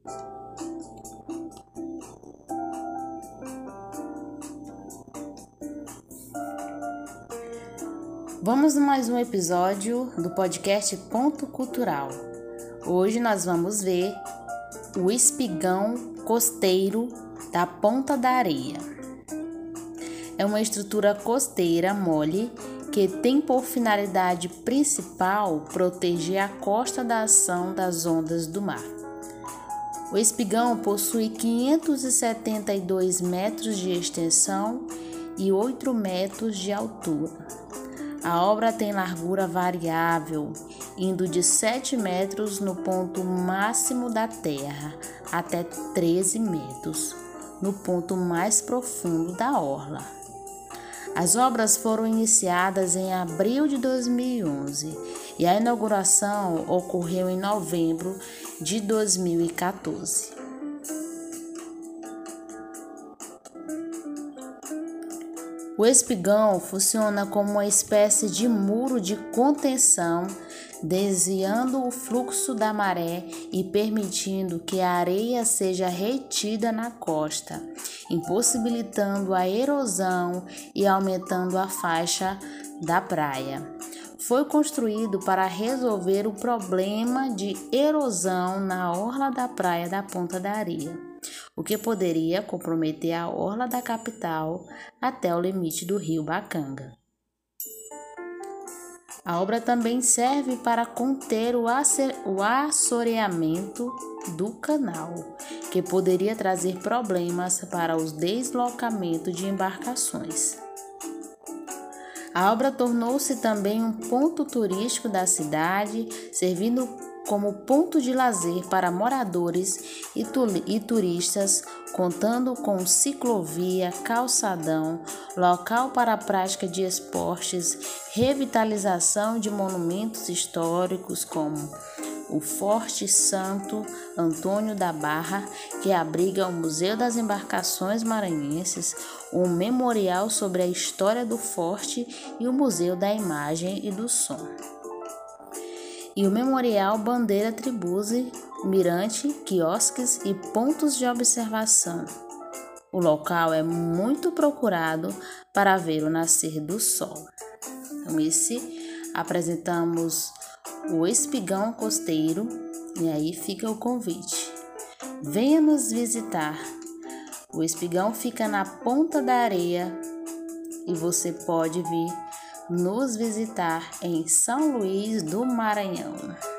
Vamos a mais um episódio do podcast Ponto Cultural. Hoje nós vamos ver o espigão costeiro da Ponta da Areia. É uma estrutura costeira mole que tem por finalidade principal proteger a costa da ação das ondas do mar. O espigão possui 572 metros de extensão e 8 metros de altura. A obra tem largura variável, indo de 7 metros no ponto máximo da terra até 13 metros, no ponto mais profundo da orla. As obras foram iniciadas em abril de 2011 e a inauguração ocorreu em novembro de 2014. O espigão funciona como uma espécie de muro de contenção, desviando o fluxo da maré e permitindo que a areia seja retida na costa, impossibilitando a erosão e aumentando a faixa da praia. Foi construído para resolver o problema de erosão na orla da praia da Ponta da Areia, o que poderia comprometer a orla da capital até o limite do rio Bacanga. A obra também serve para conter o assoreamento do canal, que poderia trazer problemas para o deslocamento de embarcações. A obra tornou-se também um ponto turístico da cidade, servindo como ponto de lazer para moradores e turistas, contando com ciclovia, calçadão, local para a prática de esportes, revitalização de monumentos históricos como o Forte Santo Antônio da Barra, que abriga o Museu das Embarcações Maranhenses, um memorial sobre a história do forte e o Museu da Imagem e do Som. E o Memorial Bandeira Tribuzzi, mirante, quiosques e pontos de observação. O local é muito procurado para ver o nascer do sol. Então, apresentamos o espigão costeiro e aí fica o convite. Venha nos visitar. O espigão fica na Ponta da Areia e você pode vir nos visitar em São Luís do Maranhão.